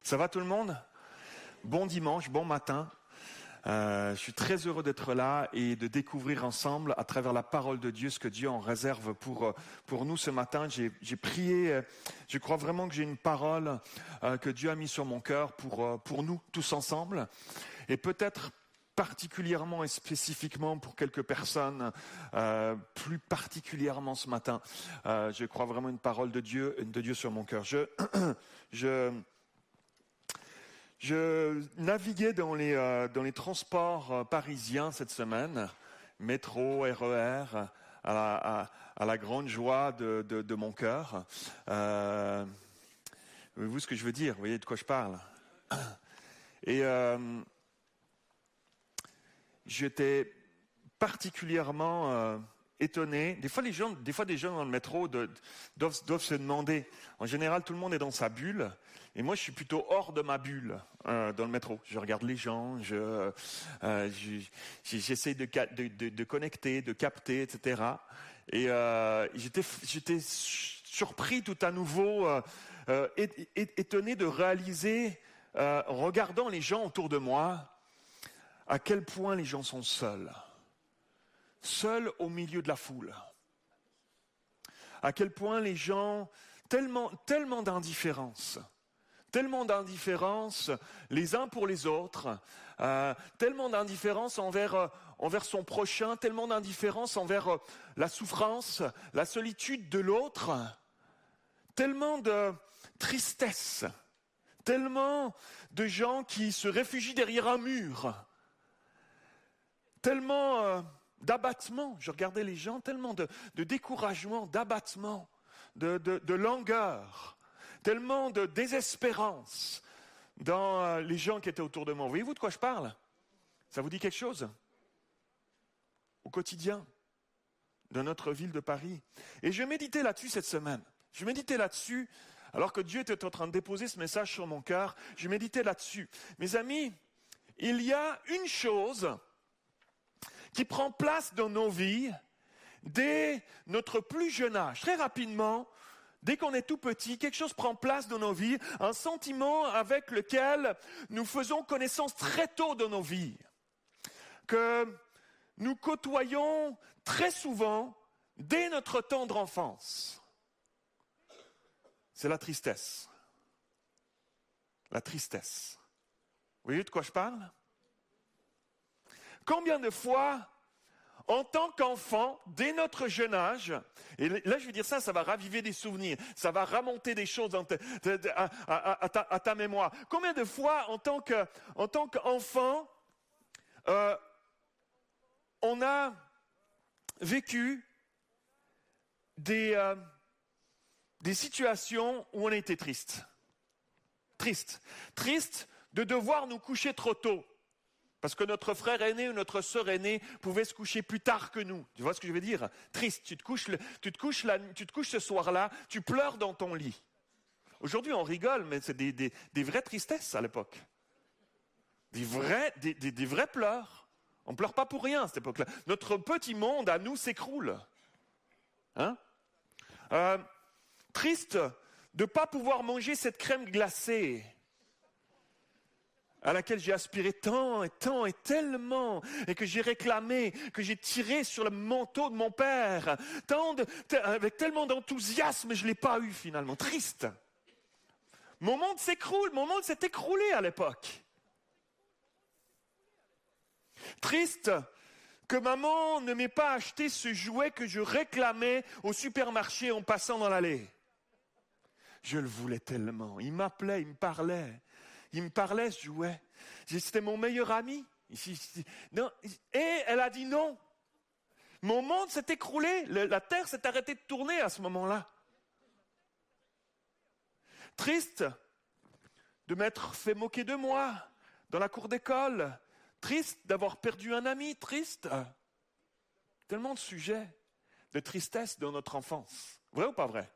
Ça va tout le monde? Bon dimanche, bon matin. Je suis très heureux d'être là et de découvrir ensemble, à travers la parole de Dieu, ce que Dieu en réserve pour nous ce matin. J'ai prié, je crois vraiment que j'ai une parole que Dieu a mis sur mon cœur pour nous tous ensemble. Et peut-être particulièrement et spécifiquement pour quelques personnes, plus particulièrement ce matin, je crois vraiment une parole de Dieu sur mon cœur. Je naviguais dans les transports parisiens cette semaine, métro, RER, à la grande joie de mon cœur. Voyez-vous ce que je veux dire? Vous voyez de quoi je parle? Et j'étais particulièrement étonné. Des fois, des gens dans le métro doivent se demander. En général, tout le monde est dans sa bulle. Et moi, je suis plutôt hors de ma bulle dans le métro. Je regarde les gens, j'essaie de connecter, de capter, etc. Et j'étais surpris tout à nouveau, étonné de réaliser, regardant les gens autour de moi, à quel point les gens sont seuls au milieu de la foule. À quel point les gens, tellement d'indifférence les uns pour les autres, tellement d'indifférence envers son prochain, tellement d'indifférence envers la souffrance, la solitude de l'autre, tellement de tristesse, tellement de gens qui se réfugient derrière un mur, tellement d'abattement. Je regardais les gens, tellement de découragement, d'abattement, de langueur, tellement de désespérance dans les gens qui étaient autour de moi. Voyez-vous de quoi je parle? Ça vous dit quelque chose? Au quotidien de notre ville de Paris. Et je méditais là-dessus cette semaine. Je méditais là-dessus, alors que Dieu était en train de déposer ce message sur mon cœur. Je méditais là-dessus. Mes amis, il y a une chose qui prend place dans nos vies dès notre plus jeune âge. Très rapidement, dès qu'on est tout petit, quelque chose prend place dans nos vies, un sentiment avec lequel nous faisons connaissance très tôt dans nos vies, que nous côtoyons très souvent dès notre tendre enfance. C'est la tristesse. La tristesse. Vous voyez de quoi je parle? Combien de fois, en tant qu'enfant, dès notre jeune âge, et là je veux dire ça va raviver des souvenirs, ça va remonter des choses à ta mémoire. Combien de fois, en tant qu'enfant, on a vécu des situations où on a été triste de devoir nous coucher trop tôt. Parce que notre frère aîné ou notre sœur aînée pouvait se coucher plus tard que nous. Tu vois ce que je veux dire? Triste, tu te couches ce soir-là, tu pleures dans ton lit. Aujourd'hui, on rigole, mais c'est des vraies tristesses à l'époque. Des vrais pleurs. On ne pleure pas pour rien à cette époque-là. Notre petit monde, à nous, s'écroule. Triste de ne pas pouvoir manger cette crème glacée à laquelle j'ai aspiré tant et tellement, et que j'ai réclamé, que j'ai tiré sur le manteau de mon père, avec tellement d'enthousiasme, je ne l'ai pas eu finalement. Triste. Mon monde s'écroule, mon monde s'est écroulé à l'époque. Triste que maman ne m'ait pas acheté ce jouet que je réclamais au supermarché en passant dans l'allée. Je le voulais tellement. Il m'appelait, il me parlait, ce jouet. C'était mon meilleur ami. Non. Et elle a dit non. Mon monde s'est écroulé. La terre s'est arrêtée de tourner à ce moment-là. Triste de m'être fait moquer de moi dans la cour d'école. Triste d'avoir perdu un ami. Triste. Tellement de sujets de tristesse dans notre enfance. Vrai ou pas vrai?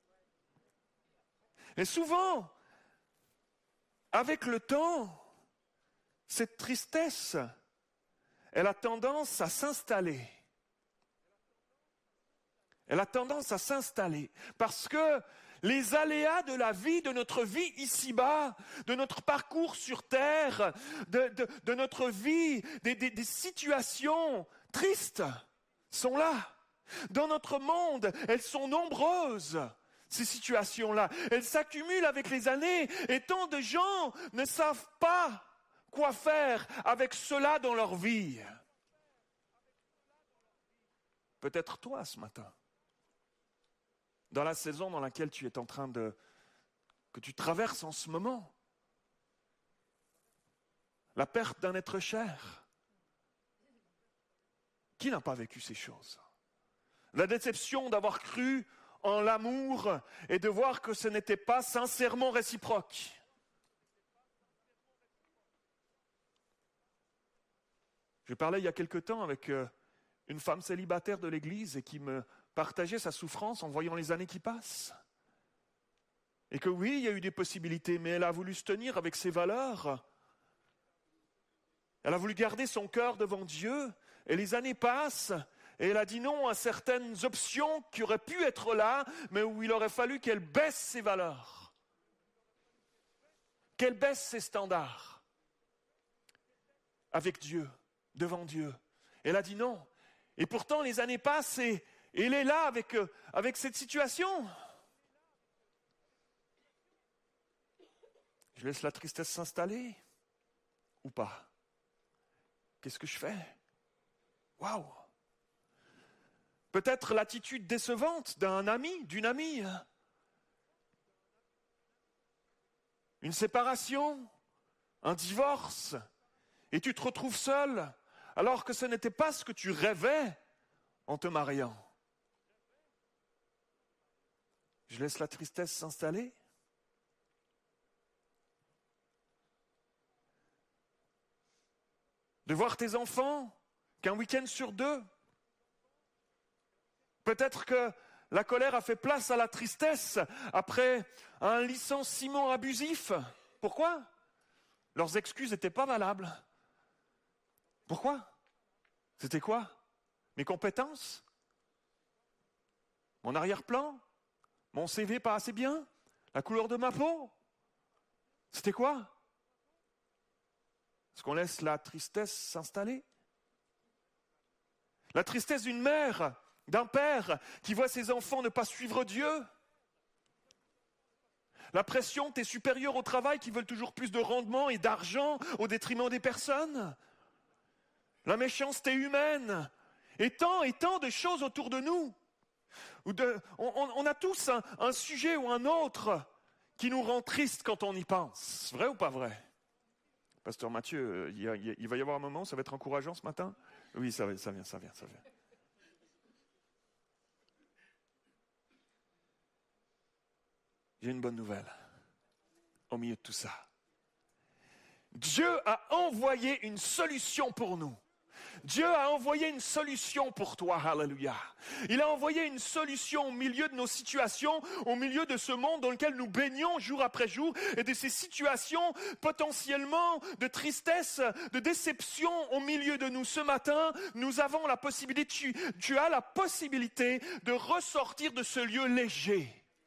Et souvent, avec le temps, cette tristesse, elle a tendance à s'installer. Parce que les aléas de la vie, de notre vie ici-bas, de notre parcours sur terre, de notre vie, des situations tristes sont là. Dans notre monde, elles sont nombreuses, ces situations-là. Elles s'accumulent avec les années et tant de gens ne savent pas quoi faire avec cela dans leur vie. Peut-être toi ce matin, dans la saison dans laquelle tu es en train que tu traverses en ce moment, la perte d'un être cher. Qui n'a pas vécu ces choses? La déception d'avoir cru en l'amour et de voir que ce n'était pas sincèrement réciproque. Je parlais il y a quelque temps avec une femme célibataire de l'église et qui me partageait sa souffrance en voyant les années qui passent. Et que oui, il y a eu des possibilités, mais elle a voulu se tenir avec ses valeurs. Elle a voulu garder son cœur devant Dieu, et les années passent, et elle a dit non à certaines options qui auraient pu être là, mais où il aurait fallu qu'elle baisse ses valeurs, qu'elle baisse ses standards avec Dieu, devant Dieu. Elle a dit non. Et pourtant, les années passent et elle est là avec cette situation. Je laisse la tristesse s'installer ou pas? Qu'est-ce que je fais? Waouh! Peut-être l'attitude décevante d'un ami, d'une amie. Une séparation, un divorce, et tu te retrouves seul, alors que ce n'était pas ce que tu rêvais en te mariant. Je laisse la tristesse s'installer. De voir tes enfants qu'un week-end sur deux. Peut-être que la colère a fait place à la tristesse après un licenciement abusif. Pourquoi? Leurs excuses n'étaient pas valables. Pourquoi? C'était quoi? Mes compétences? Mon arrière-plan? Mon CV pas assez bien? La couleur de ma peau? C'était quoi? Est-ce qu'on laisse la tristesse s'installer? La tristesse d'une mère, d'un père qui voit ses enfants ne pas suivre Dieu. La pression de tes supérieurs au travail qui veulent toujours plus de rendement et d'argent au détriment des personnes. La méchanceté humaine. Et tant de choses autour de nous. On a tous un sujet ou un autre qui nous rend triste quand on y pense. Vrai ou pas vrai? Pasteur Mathieu, il va y avoir un moment, ça va être encourageant ce matin? Oui, ça vient. J'ai une bonne nouvelle au milieu de tout ça. Dieu a envoyé une solution pour nous. Dieu a envoyé une solution pour toi, alléluia. Il a envoyé une solution au milieu de nos situations, au milieu de ce monde dans lequel nous baignons jour après jour, et de ces situations potentiellement de tristesse, de déception au milieu de nous. Ce matin, nous avons la possibilité, tu as la possibilité de ressortir de ce lieu léger.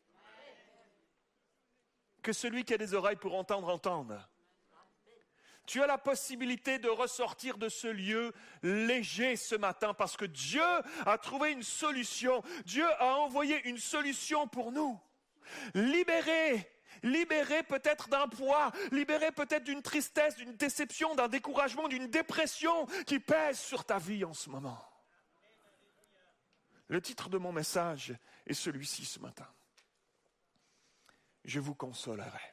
Que celui qui a des oreilles pour entendre, entende. Tu as la possibilité de ressortir de ce lieu léger ce matin parce que Dieu a trouvé une solution. Dieu a envoyé une solution pour nous. Libéré peut-être d'un poids, libéré peut-être d'une tristesse, d'une déception, d'un découragement, d'une dépression qui pèse sur ta vie en ce moment. Le titre de mon message est celui-ci ce matin. Je vous consolerai.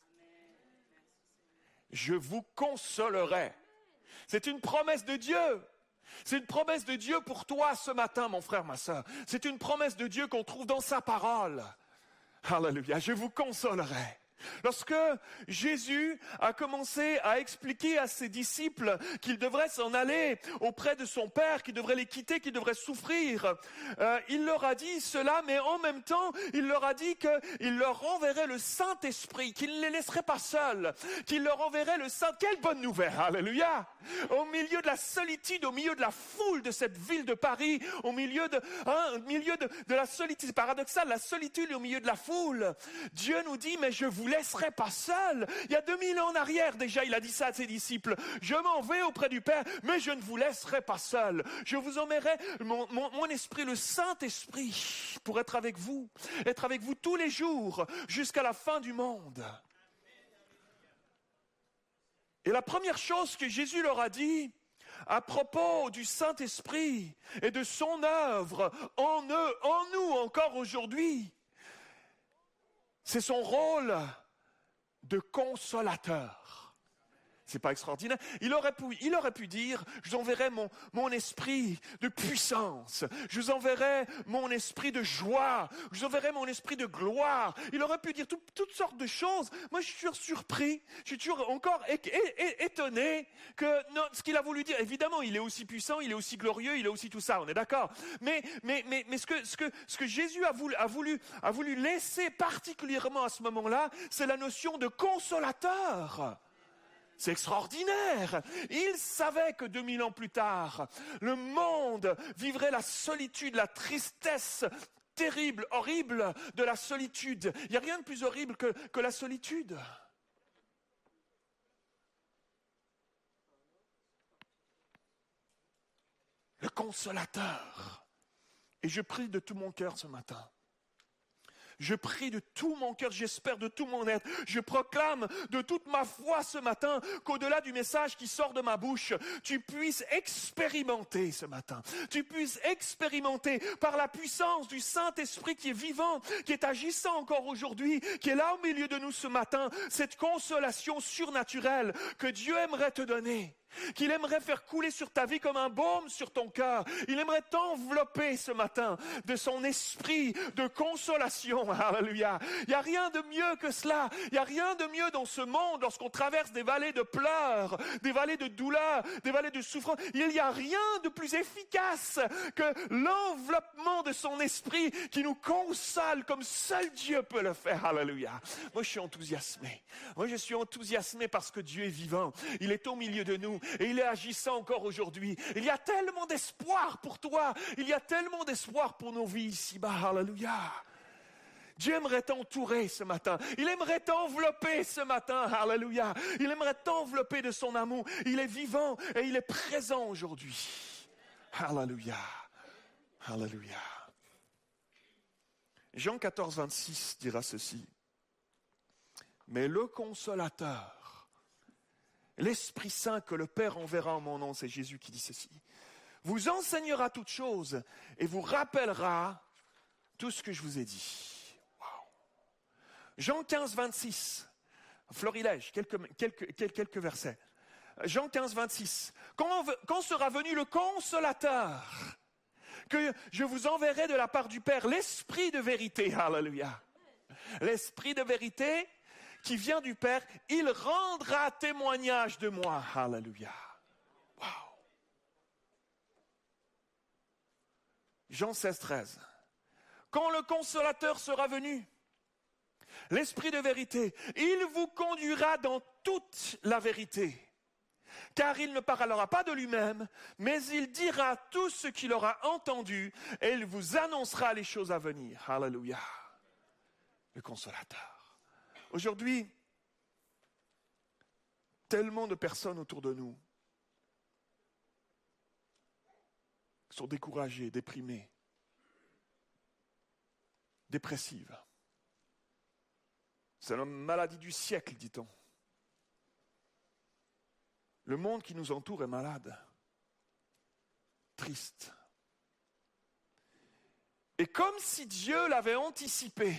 Je vous consolerai. C'est une promesse de Dieu. C'est une promesse de Dieu pour toi ce matin, mon frère, ma sœur. C'est une promesse de Dieu qu'on trouve dans sa parole. Alléluia. Je vous consolerai. Lorsque Jésus a commencé à expliquer à ses disciples qu'ils devraient s'en aller auprès de son Père, qu'ils devraient les quitter, qu'ils devraient souffrir, il leur a dit cela, mais en même temps, il leur a dit qu'il leur enverrait le Saint-Esprit, qu'il ne les laisserait pas seuls, qu'il leur enverrait le Saint... Quelle bonne nouvelle, alléluia! Au milieu de la solitude, au milieu de la foule de cette ville de Paris, au milieu de la solitude, c'est paradoxal, la solitude au milieu de la foule, Dieu nous dit, mais je vous laisserai pas seul. Il y a 2000 ans en arrière déjà, il a dit ça à ses disciples. Je m'en vais auprès du Père, mais je ne vous laisserai pas seul. Je vous enverrai mon esprit, le Saint-Esprit, pour être avec vous tous les jours, jusqu'à la fin du monde. Et la première chose que Jésus leur a dit, à propos du Saint-Esprit et de son œuvre en eux, en nous encore aujourd'hui, c'est son rôle de consolateur. C'est pas extraordinaire? Il aurait pu dire, je vous enverrai mon esprit de puissance, je vous enverrai mon esprit de joie, je vous enverrai mon esprit de gloire. Il aurait pu dire toutes sortes de choses. Moi, je suis toujours surpris, je suis toujours encore étonné que non, ce qu'il a voulu dire. Évidemment, il est aussi puissant, il est aussi glorieux, il est aussi tout ça, on est d'accord. Mais ce que Jésus a voulu laisser particulièrement à ce moment-là, c'est la notion de consolateur. C'est extraordinaire. Il savait que 2000 ans plus tard, le monde vivrait la solitude, la tristesse terrible, horrible de la solitude. Il n'y a rien de plus horrible que la solitude. Le consolateur. Et je prie de tout mon cœur ce matin. Je prie de tout mon cœur, j'espère de tout mon être. Je proclame de toute ma foi ce matin qu'au-delà du message qui sort de ma bouche, tu puisses expérimenter ce matin. Tu puisses expérimenter par la puissance du Saint-Esprit qui est vivant, qui est agissant encore aujourd'hui, qui est là au milieu de nous ce matin, cette consolation surnaturelle que Dieu aimerait te donner. Qu'il aimerait faire couler sur ta vie comme un baume sur ton cœur. Il aimerait t'envelopper ce matin de son esprit de consolation. Alléluia. Il n'y a rien de mieux que cela. Il n'y a rien de mieux dans ce monde lorsqu'on traverse des vallées de pleurs, des vallées de douleur, des vallées de souffrance. Il n'y a rien de plus efficace que l'enveloppement de son esprit qui nous console comme seul Dieu peut le faire. Alléluia. Moi, je suis enthousiasmé. Moi, je suis enthousiasmé parce que Dieu est vivant. Il est au milieu de nous. Et il est agissant encore aujourd'hui. Il y a tellement d'espoir pour toi. Il y a tellement d'espoir pour nos vies ici-bas. Alléluia. Dieu aimerait t'entourer ce matin. Il aimerait t'envelopper ce matin. Alléluia. Il aimerait t'envelopper de son amour. Il est vivant et il est présent aujourd'hui. Alléluia. Alléluia. Jean 14, 26 dira ceci. Mais le consolateur, l'Esprit Saint que le Père enverra en mon nom, c'est Jésus qui dit ceci, vous enseignera toutes choses et vous rappellera tout ce que je vous ai dit. Wow. Jean 15, 26, florilège, quelques versets. Jean 15, 26. Quand sera venu le consolateur, que je vous enverrai de la part du Père, l'Esprit de vérité, alléluia. L'Esprit de vérité qui vient du Père, il rendra témoignage de moi. Alléluia. Wow. Jean 16, 13. Quand le consolateur sera venu, l'Esprit de vérité, il vous conduira dans toute la vérité. Car il ne parlera pas de lui-même, mais il dira tout ce qu'il aura entendu et il vous annoncera les choses à venir. Alléluia. Le consolateur. Aujourd'hui, tellement de personnes autour de nous sont découragées, déprimées, dépressives. C'est la maladie du siècle, dit-on. Le monde qui nous entoure est malade, triste. Et comme si Dieu l'avait anticipé,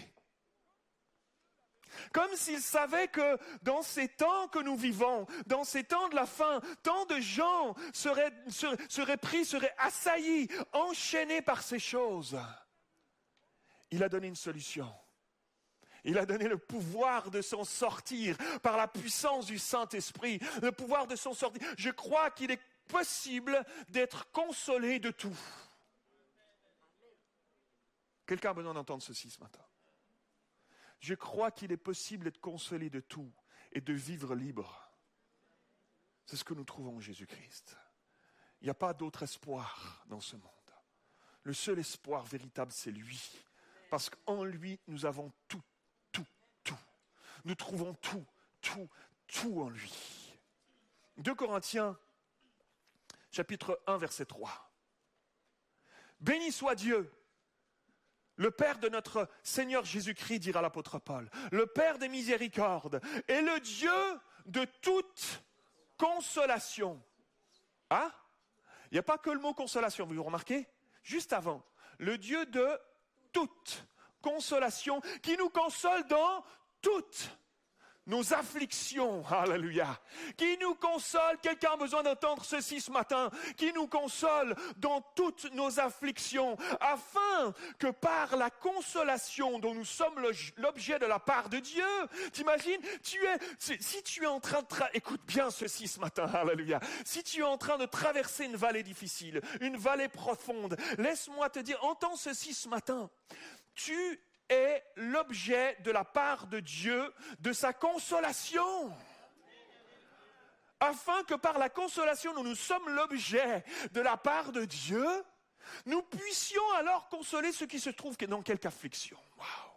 comme s'il savait que dans ces temps que nous vivons, dans ces temps de la fin, tant de gens seraient pris, seraient assaillis, enchaînés par ces choses. Il a donné une solution. Il a donné le pouvoir de s'en sortir par la puissance du Saint-Esprit. Le pouvoir de s'en sortir. Je crois qu'il est possible d'être consolé de tout. Quelqu'un a besoin d'entendre ceci ce matin. Je crois qu'il est possible d'être consolé de tout et de vivre libre. C'est ce que nous trouvons en Jésus-Christ. Il n'y a pas d'autre espoir dans ce monde. Le seul espoir véritable, c'est lui. Parce qu'en lui, nous avons tout. Nous trouvons tout en lui. 2 Corinthiens, chapitre 1, verset 3. Béni soit Dieu, le Père de notre Seigneur Jésus-Christ, dira l'apôtre Paul, le Père des miséricordes et le Dieu de toute consolation. Ah, il n'y a pas que le mot consolation, vous remarquez? Juste avant, le Dieu de toute consolation qui nous console dans toutes nos afflictions, alléluia, qui nous console, quelqu'un a besoin d'entendre ceci ce matin, qui nous console dans toutes nos afflictions, afin que par la consolation dont nous sommes l'objet de la part de Dieu, t'imagines, si tu es en train de, écoute bien ceci ce matin, alléluia, si tu es en train de traverser une vallée difficile, une vallée profonde, laisse-moi te dire, entends ceci ce matin, tu est l'objet de la part de Dieu, de sa consolation. Afin que par la consolation dont nous sommes l'objet de la part de Dieu, nous puissions alors consoler ceux qui se trouvent dans quelque affliction. Waouh!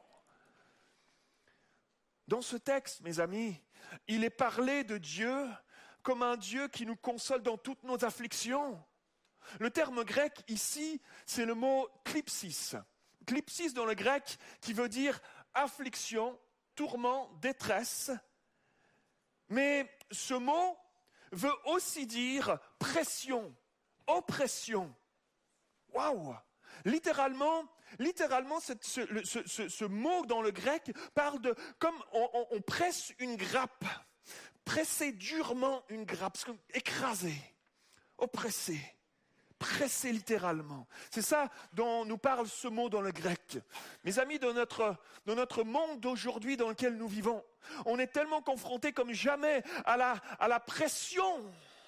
Dans ce texte, mes amis, il est parlé de Dieu comme un Dieu qui nous console dans toutes nos afflictions. Le terme grec ici, c'est le mot klypsis. Klypsis dans le grec qui veut dire affliction, tourment, détresse. Mais ce mot veut aussi dire pression, oppression. Waouh! Littéralement, ce mot dans le grec parle de comme on presse une grappe, presser durement une grappe, écraser, oppresser. Pressé littéralement. C'est ça dont nous parle ce mot dans le grec. Mes amis, dans notre monde d'aujourd'hui dans lequel nous vivons, on est tellement confrontés comme jamais à la pression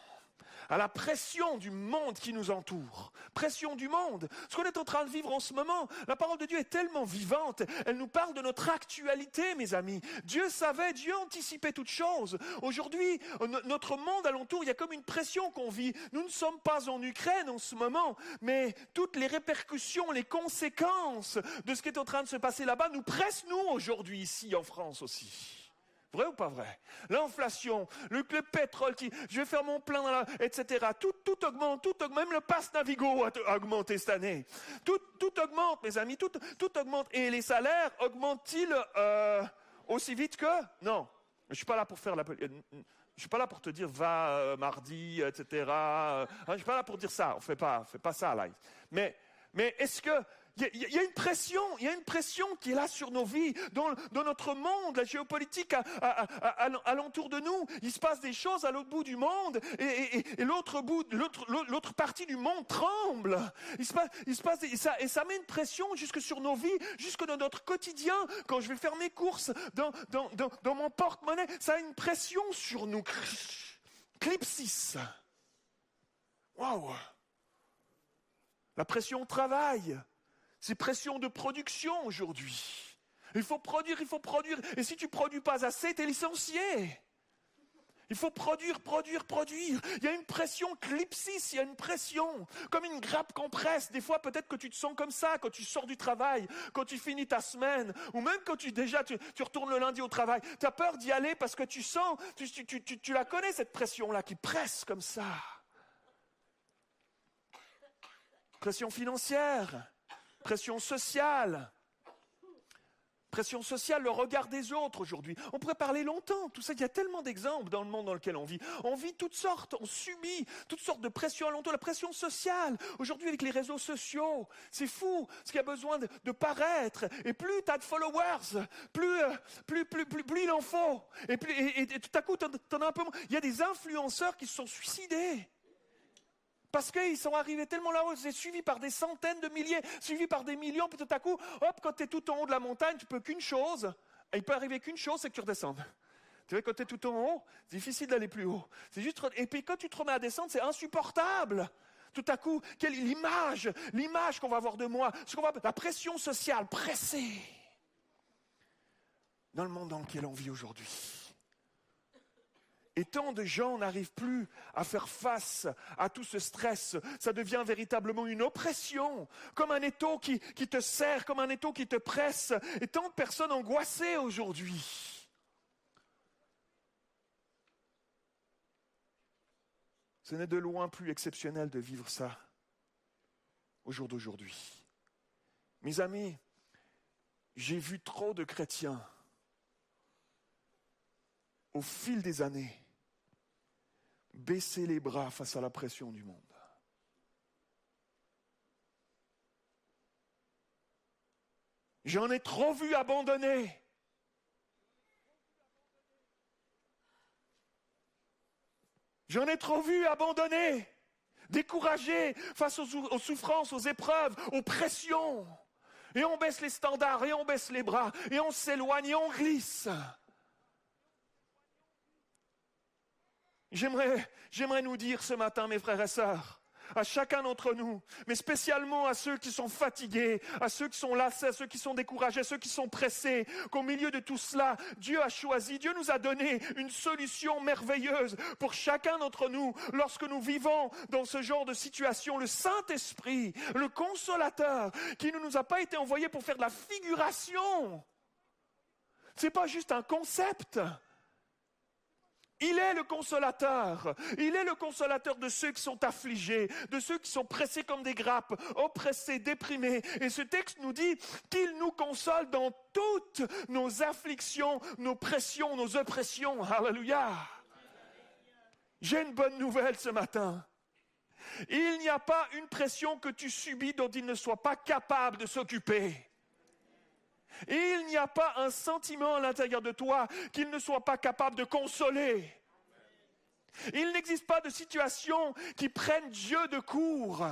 du monde qui nous entoure. Pression du monde. Ce qu'on est en train de vivre en ce moment, la parole de Dieu est tellement vivante. Elle nous parle de notre actualité, mes amis. Dieu savait, Dieu anticipait toutes choses. Aujourd'hui, notre monde alentour, il y a comme une pression qu'on vit. Nous ne sommes pas en Ukraine en ce moment, mais toutes les répercussions, les conséquences de ce qui est en train de se passer là-bas nous pressent, nous, aujourd'hui, ici, en France aussi. Vrai ou pas vrai? L'inflation, le pétrole, je vais faire mon plein, etc. Tout augmente, même le pass Navigo a augmenté cette année. Tout augmente, mes amis, tout augmente. Et les salaires augmentent-ils aussi vite que? Non, je ne suis pas là pour faire je suis pas là pour te dire va mardi, etc. Je ne suis pas là pour dire ça, on fait pas ça là. Mais est-ce que il y a une pression qui est là sur nos vies, dans notre monde, la géopolitique alentour de nous. Il se passe des choses à l'autre bout du monde et l'autre partie du monde tremble. Il se passe et ça met une pression jusque sur nos vies, jusque dans notre quotidien. Quand je vais faire mes courses dans mon porte-monnaie, ça a une pression sur nous. Klypsis. Waouh! La pression au travail. C'est pression de production aujourd'hui. Il faut produire. Et si tu ne produis pas assez, tu es licencié. Il faut produire. Il y a une pression klypsis, il y a une pression. Comme une grappe qu'on presse. Des fois, peut-être que tu te sens comme ça quand tu sors du travail, quand tu finis ta semaine, ou même quand tu retournes le lundi au travail. Tu as peur d'y aller parce que tu sens, tu la connais cette pression-là qui presse comme ça. Pression financière. Pression sociale, le regard des autres aujourd'hui. On pourrait parler longtemps, tout ça, il y a tellement d'exemples dans le monde dans lequel on vit. On vit toutes sortes, on subit toutes sortes de pressions alentour, la pression sociale. Aujourd'hui avec les réseaux sociaux, c'est fou, ce qu'il y a besoin de paraître. Et plus tu as de followers, plus il en faut. Et tout à coup, t'en as un peu moins. Il y a des influenceurs qui se sont suicidés. Parce qu'ils sont arrivés tellement là-haut, c'est suivi par des centaines de milliers, suivi par des millions, puis tout à coup, hop, quand tu es tout en haut de la montagne, tu peux qu'une chose, il peut arriver qu'une chose, c'est que tu redescendes. Tu vois, quand tu es tout en haut, c'est difficile d'aller plus haut. C'est juste, et puis quand tu te remets à descendre, c'est insupportable. Tout à coup, l'image qu'on va avoir de moi, la pression sociale, pressée. Dans le monde dans lequel on vit aujourd'hui. Et tant de gens n'arrivent plus à faire face à tout ce stress. Ça devient véritablement une oppression, comme un étau qui te serre, comme un étau qui te presse. Et tant de personnes angoissées aujourd'hui. Ce n'est de loin plus exceptionnel de vivre ça au jour d'aujourd'hui. Mes amis, j'ai vu trop de chrétiens au fil des années, baisser les bras face à la pression du monde. J'en ai trop vu abandonner. J'en ai trop vu abandonner, découragés face aux souffrances, aux épreuves, aux pressions. Et on baisse les standards, et on baisse les bras, et on s'éloigne, et on glisse. J'aimerais nous dire ce matin, mes frères et sœurs, à chacun d'entre nous, mais spécialement à ceux qui sont fatigués, à ceux qui sont lassés, à ceux qui sont découragés, à ceux qui sont pressés, qu'au milieu de tout cela, Dieu a choisi, Dieu nous a donné une solution merveilleuse pour chacun d'entre nous. Lorsque nous vivons dans ce genre de situation, le Saint-Esprit, le Consolateur, qui ne nous a pas été envoyé pour faire de la figuration. Ce n'est pas juste un concept. Il est le consolateur. Il est le consolateur de ceux qui sont affligés, de ceux qui sont pressés comme des grappes, oppressés, déprimés. Et ce texte nous dit qu'il nous console dans toutes nos afflictions, nos pressions, nos oppressions. Alléluia. J'ai une bonne nouvelle ce matin. Il n'y a pas une pression que tu subis dont il ne soit pas capable de s'occuper. Et il n'y a pas un sentiment à l'intérieur de toi qu'il ne soit pas capable de consoler. Il n'existe pas de situation qui prenne Dieu de court.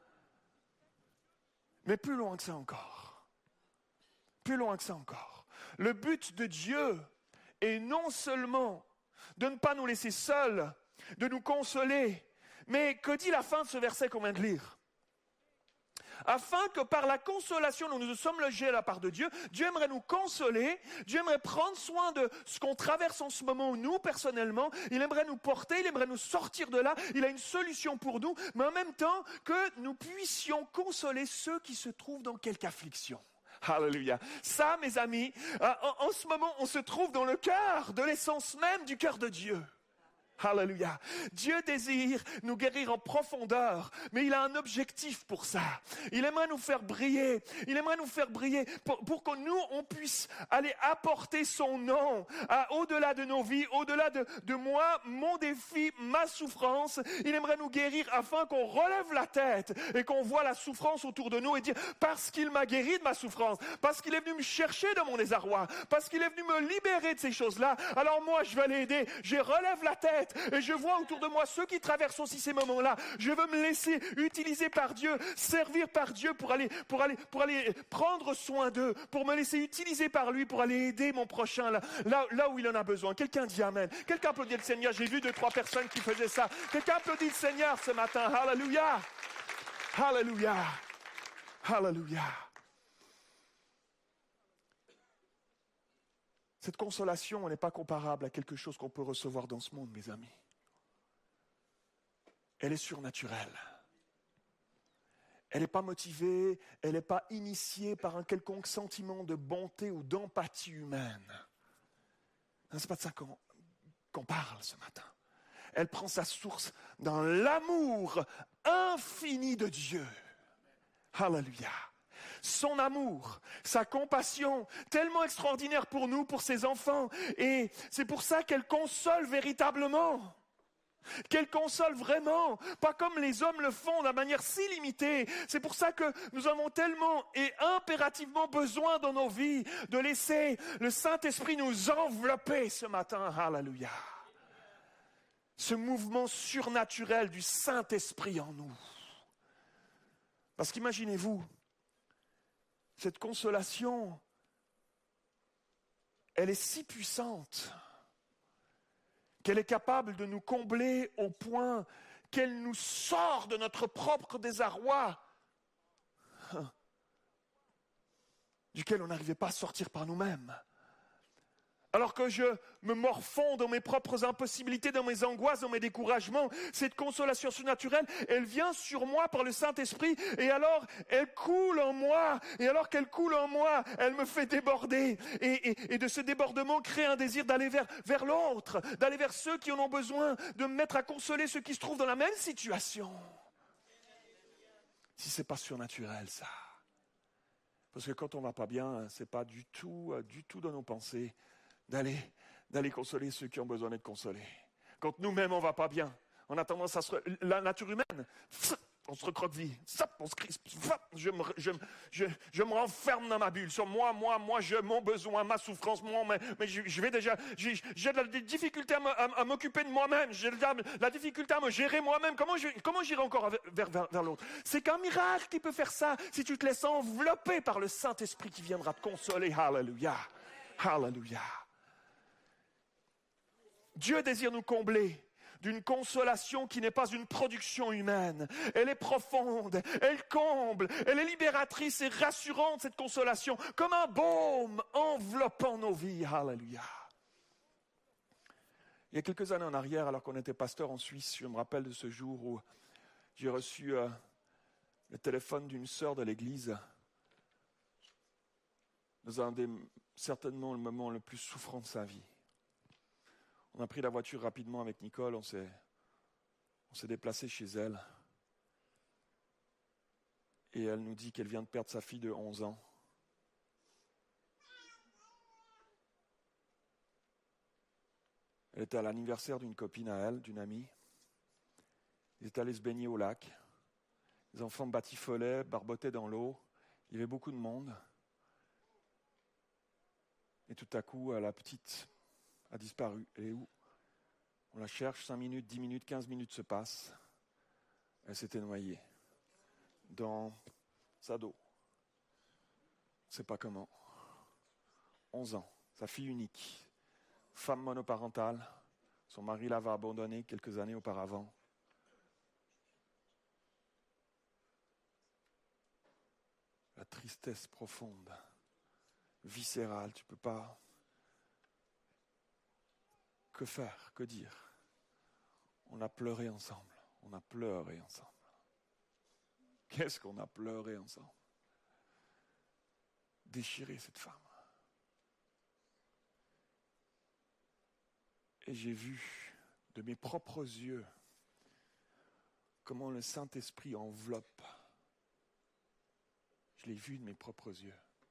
Mais plus loin que ça encore. Plus loin que ça encore. Le but de Dieu est non seulement de ne pas nous laisser seuls, de nous consoler, mais que dit la fin de ce verset qu'on vient de lire ? Afin que par la consolation dont nous nous sommes logés à la part de Dieu, Dieu aimerait nous consoler, Dieu aimerait prendre soin de ce qu'on traverse en ce moment, nous personnellement, il aimerait nous porter, il aimerait nous sortir de là, il a une solution pour nous, mais en même temps que nous puissions consoler ceux qui se trouvent dans quelque affliction. Alléluia. Ça, mes amis, en ce moment, on se trouve dans le cœur de l'essence même du cœur de Dieu. Alléluia. Dieu désire nous guérir en profondeur, mais il a un objectif pour ça. Il aimerait nous faire briller. Il aimerait nous faire briller pour que nous, on puisse aller apporter son nom au-delà de nos vies, au-delà de moi, mon défi, ma souffrance. Il aimerait nous guérir afin qu'on relève la tête et qu'on voit la souffrance autour de nous et dire, parce qu'il m'a guéri de ma souffrance, parce qu'il est venu me chercher dans mon désarroi, parce qu'il est venu me libérer de ces choses-là, alors moi, je vais l'aider. Je relève la tête. Et je vois autour de moi ceux qui traversent aussi ces moments-là. Je veux me laisser utiliser par Dieu, servir par Dieu pour aller prendre soin d'eux, pour me laisser utiliser par lui, pour aller aider mon prochain là où il en a besoin. Quelqu'un dit Amen. Quelqu'un applaudit le Seigneur. J'ai vu 2-3 personnes qui faisaient ça. Quelqu'un applaudit le Seigneur ce matin. Alléluia. Alléluia. Alléluia. Cette consolation, elle n'est pas comparable à quelque chose qu'on peut recevoir dans ce monde, mes amis. Elle est surnaturelle. Elle n'est pas motivée, elle n'est pas initiée par un quelconque sentiment de bonté ou d'empathie humaine. Ce n'est pas de ça qu'on parle ce matin. Elle prend sa source dans l'amour infini de Dieu. Alléluia. Son amour, sa compassion, tellement extraordinaire pour nous, pour ses enfants. Et c'est pour ça qu'elle console véritablement. Qu'elle console vraiment, pas comme les hommes le font d'une manière si limitée. C'est pour ça que nous avons tellement et impérativement besoin dans nos vies de laisser le Saint-Esprit nous envelopper ce matin. Alléluia. Ce mouvement surnaturel du Saint-Esprit en nous. Parce qu'imaginez-vous, cette consolation, elle est si puissante qu'elle est capable de nous combler au point qu'elle nous sort de notre propre désarroi, duquel on n'arrivait pas à sortir par nous-mêmes. Alors que je me morfonds dans mes propres impossibilités, dans mes angoisses, dans mes découragements, cette consolation surnaturelle, elle vient sur moi par le Saint-Esprit et alors elle coule en moi. Et alors qu'elle coule en moi, elle me fait déborder. Et de ce débordement crée un désir d'aller vers l'autre, d'aller vers ceux qui en ont besoin, de me mettre à consoler ceux qui se trouvent dans la même situation. Si ce n'est pas surnaturel, ça. Parce que quand on ne va pas bien, ce n'est pas du tout dans nos pensées d'aller consoler ceux qui ont besoin d'être consolés. Quand nous-mêmes, on ne va pas bien, on a tendance la nature humaine, on se recroqueville, on se crispe, je me renferme dans ma bulle, sur moi, mon besoin, ma souffrance, mais je vais déjà, j'ai de la difficulté à m'occuper de moi-même, j'ai de la difficulté à me gérer moi-même, comment j'irai encore vers l'autre? C'est qu'un miracle qui peut faire ça, si tu te laisses envelopper par le Saint-Esprit qui viendra te consoler. Alléluia, alléluia. Dieu désire nous combler d'une consolation qui n'est pas une production humaine. Elle est profonde, elle comble, elle est libératrice et rassurante, cette consolation, comme un baume enveloppant nos vies. Alléluia. Il y a quelques années en arrière, alors qu'on était pasteur en Suisse, je me rappelle de ce jour où j'ai reçu le téléphone d'une sœur de l'église dans certainement le moment le plus souffrant de sa vie. On a pris la voiture rapidement avec Nicole, on s'est déplacé chez elle. Et elle nous dit qu'elle vient de perdre sa fille de 11 ans. Elle était à l'anniversaire d'une copine à elle, d'une amie. Ils étaient allés se baigner au lac. Les enfants batifolaient, barbotaient dans l'eau. Il y avait beaucoup de monde. Et tout à coup, la petite a disparu. Elle est où? On la cherche, 5 minutes, 10 minutes, 15 minutes se passent. Elle s'était noyée dans sa dos. On ne sait pas comment. 11 ans, sa fille unique, femme monoparentale. Son mari l'avait abandonnée quelques années auparavant. La tristesse profonde, viscérale, tu ne peux pas... Que faire? Que dire? On a pleuré ensemble. On a pleuré ensemble. Qu'est-ce qu'on a pleuré ensemble? Déchiré cette femme. Et j'ai vu de mes propres yeux comment le Saint-Esprit enveloppe. Je l'ai vu de mes propres yeux.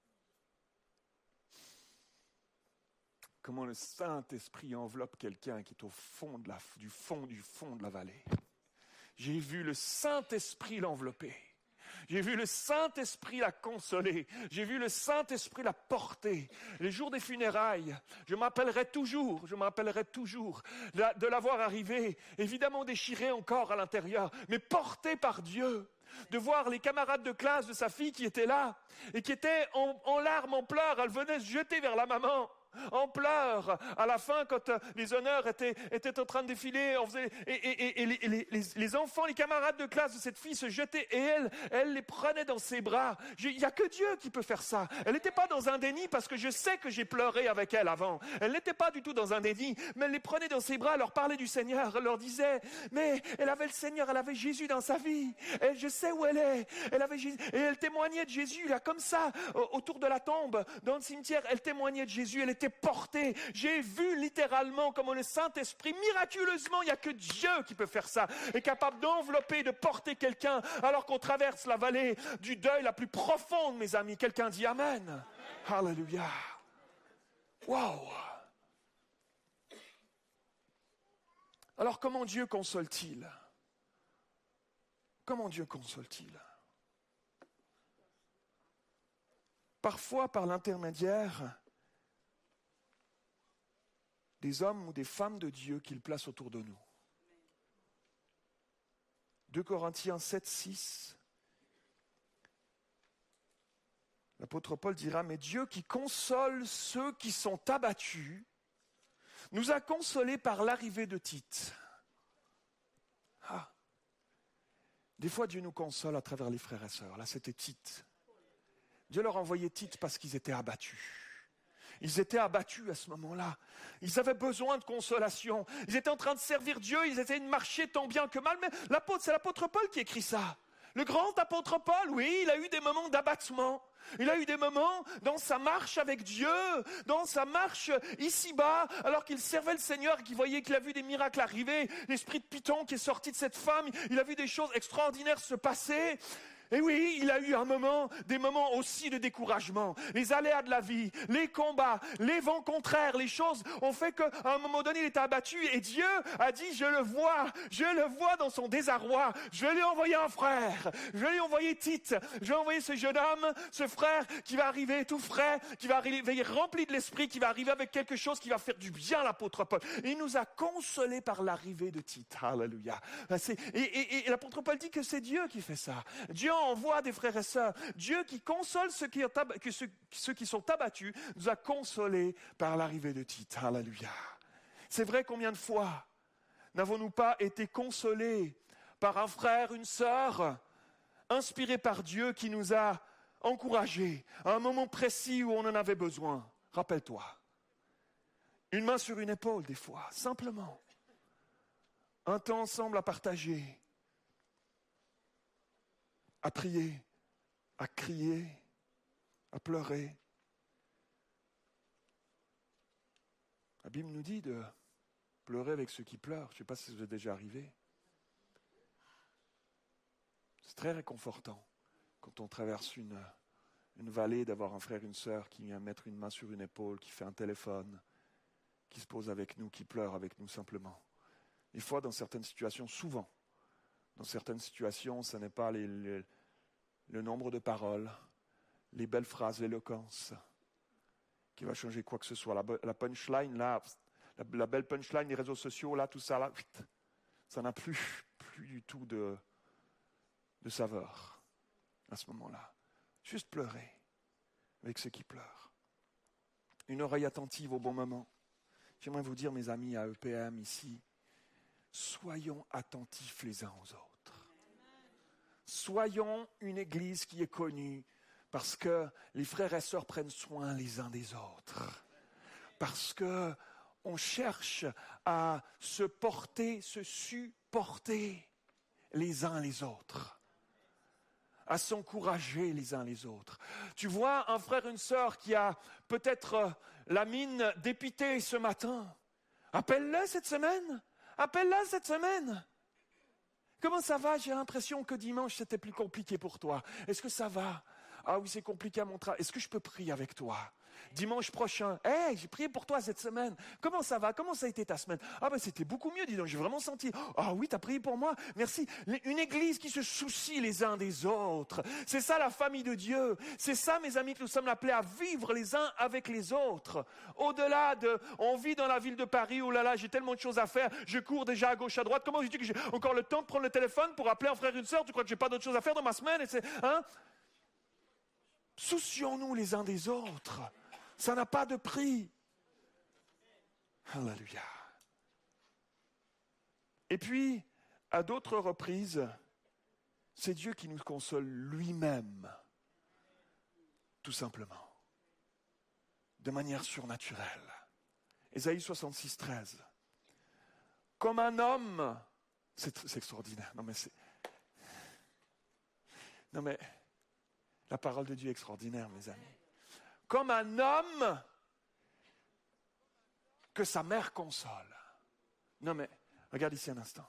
Comment le Saint-Esprit enveloppe quelqu'un qui est au fond du fond de la vallée. J'ai vu le Saint-Esprit l'envelopper. J'ai vu le Saint-Esprit la consoler. J'ai vu le Saint-Esprit la porter. Les jours des funérailles, je m'appellerai toujours de la voir arriver, évidemment déchirée encore à l'intérieur, mais portée par Dieu. De voir les camarades de classe de sa fille qui étaient là et qui étaient en larmes, en pleurs. Elle venait se jeter vers la maman. En pleurs, à la fin, quand les honneurs étaient en train de défiler, les enfants, les camarades de classe de cette fille se jetaient et elle les prenait dans ses bras. Il n'y a que Dieu qui peut faire ça. Elle n'était pas dans un déni parce que je sais que j'ai pleuré avec elle avant. Elle n'était pas du tout dans un déni, mais elle les prenait dans ses bras, elle leur parlait du Seigneur, elle leur disait, mais elle avait le Seigneur, elle avait Jésus dans sa vie. Je sais où elle est. Elle avait Jésus, et elle témoignait de Jésus, là, comme ça, autour de la tombe, dans le cimetière. Elle témoignait de Jésus, elle était portée. J'ai vu littéralement comment le Saint-Esprit, miraculeusement, il n'y a que Dieu qui peut faire ça, est capable d'envelopper, de porter quelqu'un, alors qu'on traverse la vallée du deuil la plus profonde, mes amis. Quelqu'un dit Amen. Alléluia. Wow. Alors comment Dieu console-t-il? Comment Dieu console-t-il? Parfois par l'intermédiaire des hommes ou des femmes de Dieu qu'il place autour de nous. 2 Corinthiens 7, 6. L'apôtre Paul dira, mais Dieu qui console ceux qui sont abattus, nous a consolés par l'arrivée de Tite. Ah. Des fois, Dieu nous console à travers les frères et sœurs. Là, c'était Tite. Dieu leur envoyait Tite parce qu'ils étaient abattus. Ils étaient abattus à ce moment-là. Ils avaient besoin de consolation. Ils étaient en train de servir Dieu. Ils essayaient de marcher tant bien que mal. Mais c'est l'apôtre Paul qui écrit ça. Le grand apôtre Paul, oui, il a eu des moments d'abattement. Il a eu des moments dans sa marche avec Dieu, dans sa marche ici-bas, alors qu'il servait le Seigneur, qu'il voyait qu'il a vu des miracles arriver, l'esprit de Python qui est sorti de cette femme, il a vu des choses extraordinaires se passer. Et oui, il a eu des moments aussi de découragement. Les aléas de la vie, les combats, les vents contraires, les choses ont fait qu'à un moment donné, il était abattu. Et Dieu a dit, je le vois dans son désarroi. Je vais lui envoyer un frère. Je vais lui envoyer Tite. Je vais envoyer ce jeune homme, ce frère qui va arriver tout frais, qui va arriver rempli de l'esprit, qui va arriver avec quelque chose qui va faire du bien à l'apôtre Paul. Et il nous a consolés par l'arrivée de Tite. Alléluia. Et l'apôtre Paul dit que c'est Dieu qui fait ça. Dieu envoie des frères et sœurs. Dieu qui console ceux qui sont abattus, nous a consolés par l'arrivée de Tite. Alléluia. C'est vrai, combien de fois n'avons-nous pas été consolés par un frère, une sœur, inspirés par Dieu qui nous a encouragés à un moment précis où on en avait besoin. Rappelle-toi. Une main sur une épaule des fois, simplement. Un temps ensemble à partager. À prier, à crier, à pleurer. La Bible nous dit de pleurer avec ceux qui pleurent. Je ne sais pas si ça vous est déjà arrivé. C'est très réconfortant quand on traverse une vallée d'avoir un frère, une sœur qui vient mettre une main sur une épaule, qui fait un téléphone, qui se pose avec nous, qui pleure avec nous simplement. Des fois, dans certaines situations, souvent, dans certaines situations, ce n'est pas le nombre de paroles, les belles phrases, l'éloquence qui va changer quoi que ce soit. La punchline, là, la belle punchline des réseaux sociaux, là, tout ça, là, ça n'a plus du tout de saveur à ce moment-là. Juste pleurer avec ceux qui pleurent. Une oreille attentive au bon moment. J'aimerais vous dire, mes amis à EPM ici, soyons attentifs les uns aux autres. Soyons une église qui est connue parce que les frères et sœurs prennent soin les uns des autres. Parce qu'on cherche à se porter, se supporter les uns les autres. À s'encourager les uns les autres. Tu vois un frère, une sœur qui a peut-être la mine dépitée ce matin. Appelle-le cette semaine. Appelle-la cette semaine. Comment ça va? J'ai l'impression que dimanche, c'était plus compliqué pour toi. Est-ce que ça va? Ah oui, c'est compliqué à mon travail. Est-ce que je peux prier avec toi? Dimanche prochain, hey, j'ai prié pour toi cette semaine. Comment ça va? Comment ça a été ta semaine? Ah ben c'était beaucoup mieux, dis donc, j'ai vraiment senti. Ah oui, t'as prié pour moi? Merci. Une église qui se soucie les uns des autres. C'est ça la famille de Dieu. C'est ça, mes amis, que nous sommes appelés à vivre les uns avec les autres. Au-delà on vit dans la ville de Paris, oh là là, j'ai tellement de choses à faire, je cours déjà à gauche, à droite. Comment je dis que j'ai encore le temps de prendre le téléphone pour appeler un frère, une sœur? Tu crois que j'ai pas d'autres choses à faire dans ma semaine? Soucions-nous les uns des autres. Ça n'a pas de prix. Alléluia. Et puis, à d'autres reprises, c'est Dieu qui nous console lui-même, tout simplement, de manière surnaturelle. Ésaïe 66, 13. Comme un homme, c'est extraordinaire. Non mais, la parole de Dieu est extraordinaire, mes amis. Comme un homme que sa mère console. Non mais, regarde ici un instant.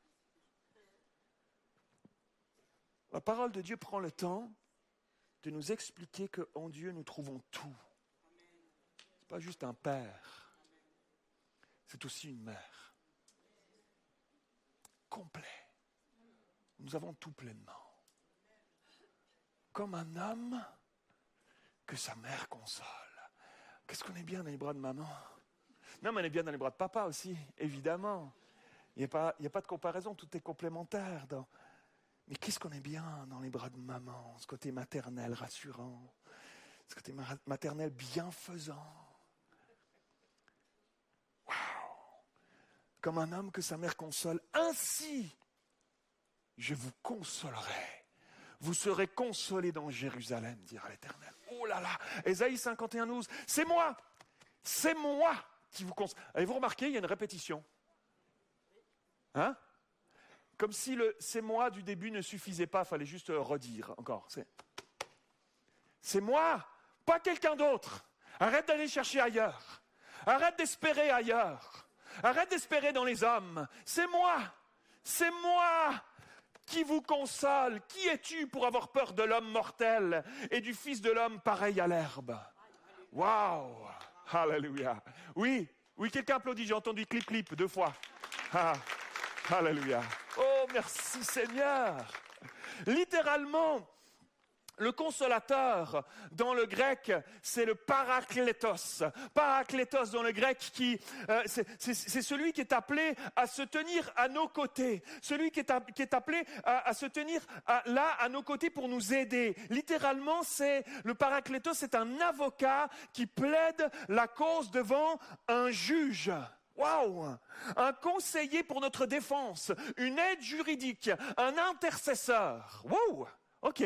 La parole de Dieu prend le temps de nous expliquer qu'en Dieu nous trouvons tout. Ce n'est pas juste un père, c'est aussi une mère. Complet. Nous avons tout pleinement. Comme un homme que sa mère console. Qu'est-ce qu'on est bien dans les bras de maman? Non, mais on est bien dans les bras de papa aussi, évidemment. Il n'y a pas de comparaison, tout est complémentaire. Mais qu'est-ce qu'on est bien dans les bras de maman, ce côté maternel, rassurant. ce côté maternel bienfaisant. Waouh! Comme un homme que sa mère console, ainsi je vous consolerai. Vous serez consolés dans Jérusalem, dira l'Éternel. Oh là là! Ésaïe 51, 12. C'est moi qui vous console. Avez-vous remarqué, il y a une répétition. Hein? Comme si le « c'est moi » du début ne suffisait pas, il fallait juste redire encore. C'est moi, pas quelqu'un d'autre. Arrête d'aller chercher ailleurs. Arrête d'espérer ailleurs. Arrête d'espérer dans les hommes. C'est moi qui vous console. Qui es-tu pour avoir peur de l'homme mortel et du Fils de l'homme pareil à l'herbe? Waouh! Alléluia! Oui, quelqu'un applaudit, j'ai entendu clip 2 fois. Ah, alléluia! Oh, merci Seigneur! Littéralement, le consolateur, dans le grec, c'est le paraklétos. Paraklétos, dans le grec, c'est celui qui est appelé à se tenir à nos côtés. Celui qui est appelé à se tenir là, à nos côtés, pour nous aider. Littéralement, le paraklétos, c'est un avocat qui plaide la cause devant un juge. Waouh! Un conseiller pour notre défense, une aide juridique, un intercesseur. Wow! Ok.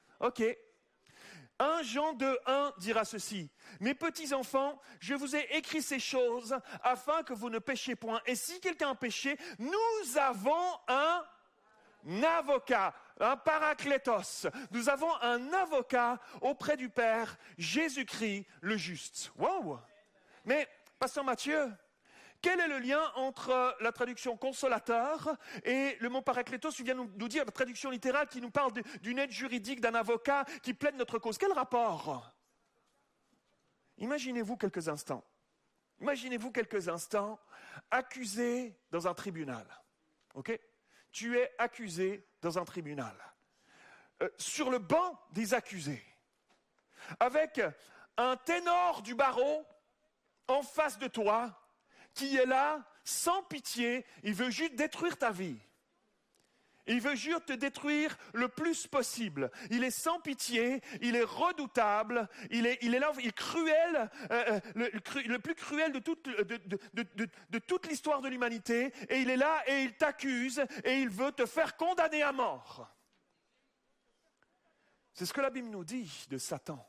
1 Jean 2:1 dira ceci. Mes petits enfants, je vous ai écrit ces choses afin que vous ne péchiez point. Et si quelqu'un a péché, nous avons un avocat, un paraklétos. Nous avons un avocat auprès du Père, Jésus-Christ le juste. Wow! Mais, pasteur Mathieu, quel est le lien entre la traduction consolateur et le mot paraklétos? Tu viens nous dire la traduction littérale qui nous parle d'une aide juridique, d'un avocat qui plaide notre cause. Quel rapport? Imaginez-vous quelques instants accusé dans un tribunal. Ok? Tu es accusé dans un tribunal. Sur le banc des accusés, avec un ténor du barreau en face de toi, qui est là, sans pitié, il veut juste détruire ta vie. Il veut juste te détruire le plus possible. Il est sans pitié, il est redoutable, il est là, il est cruel, le plus cruel de toute l'histoire de l'humanité. Et il est là et il t'accuse et il veut te faire condamner à mort. C'est ce que la Bible nous dit de Satan.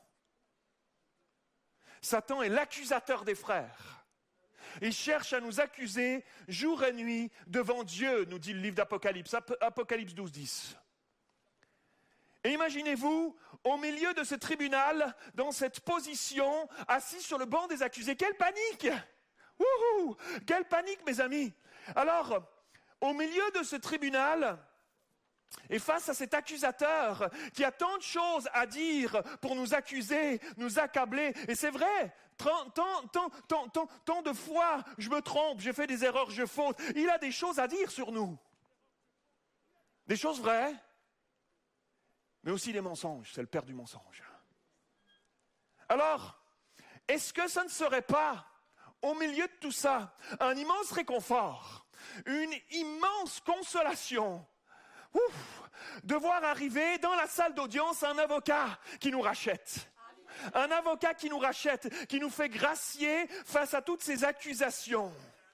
Satan est l'accusateur des frères. Il cherche à nous accuser jour et nuit devant Dieu, nous dit le livre d'Apocalypse, Apocalypse 12, 10. Et imaginez-vous, au milieu de ce tribunal, dans cette position, assis sur le banc des accusés. Quelle panique! Wouhou! Quelle panique, mes amis! Alors, au milieu de ce tribunal, et face à cet accusateur qui a tant de choses à dire pour nous accuser, nous accabler, et c'est vrai, tant de fois je me trompe, je fais des erreurs, je faute, il a des choses à dire sur nous. Des choses vraies, mais aussi des mensonges, c'est le père du mensonge. Alors, est-ce que ça ne serait pas, au milieu de tout ça, un immense réconfort, une immense consolation, de voir arriver dans la salle d'audience un avocat qui nous rachète. Un avocat qui nous rachète, qui nous fait gracier face à toutes ces accusations.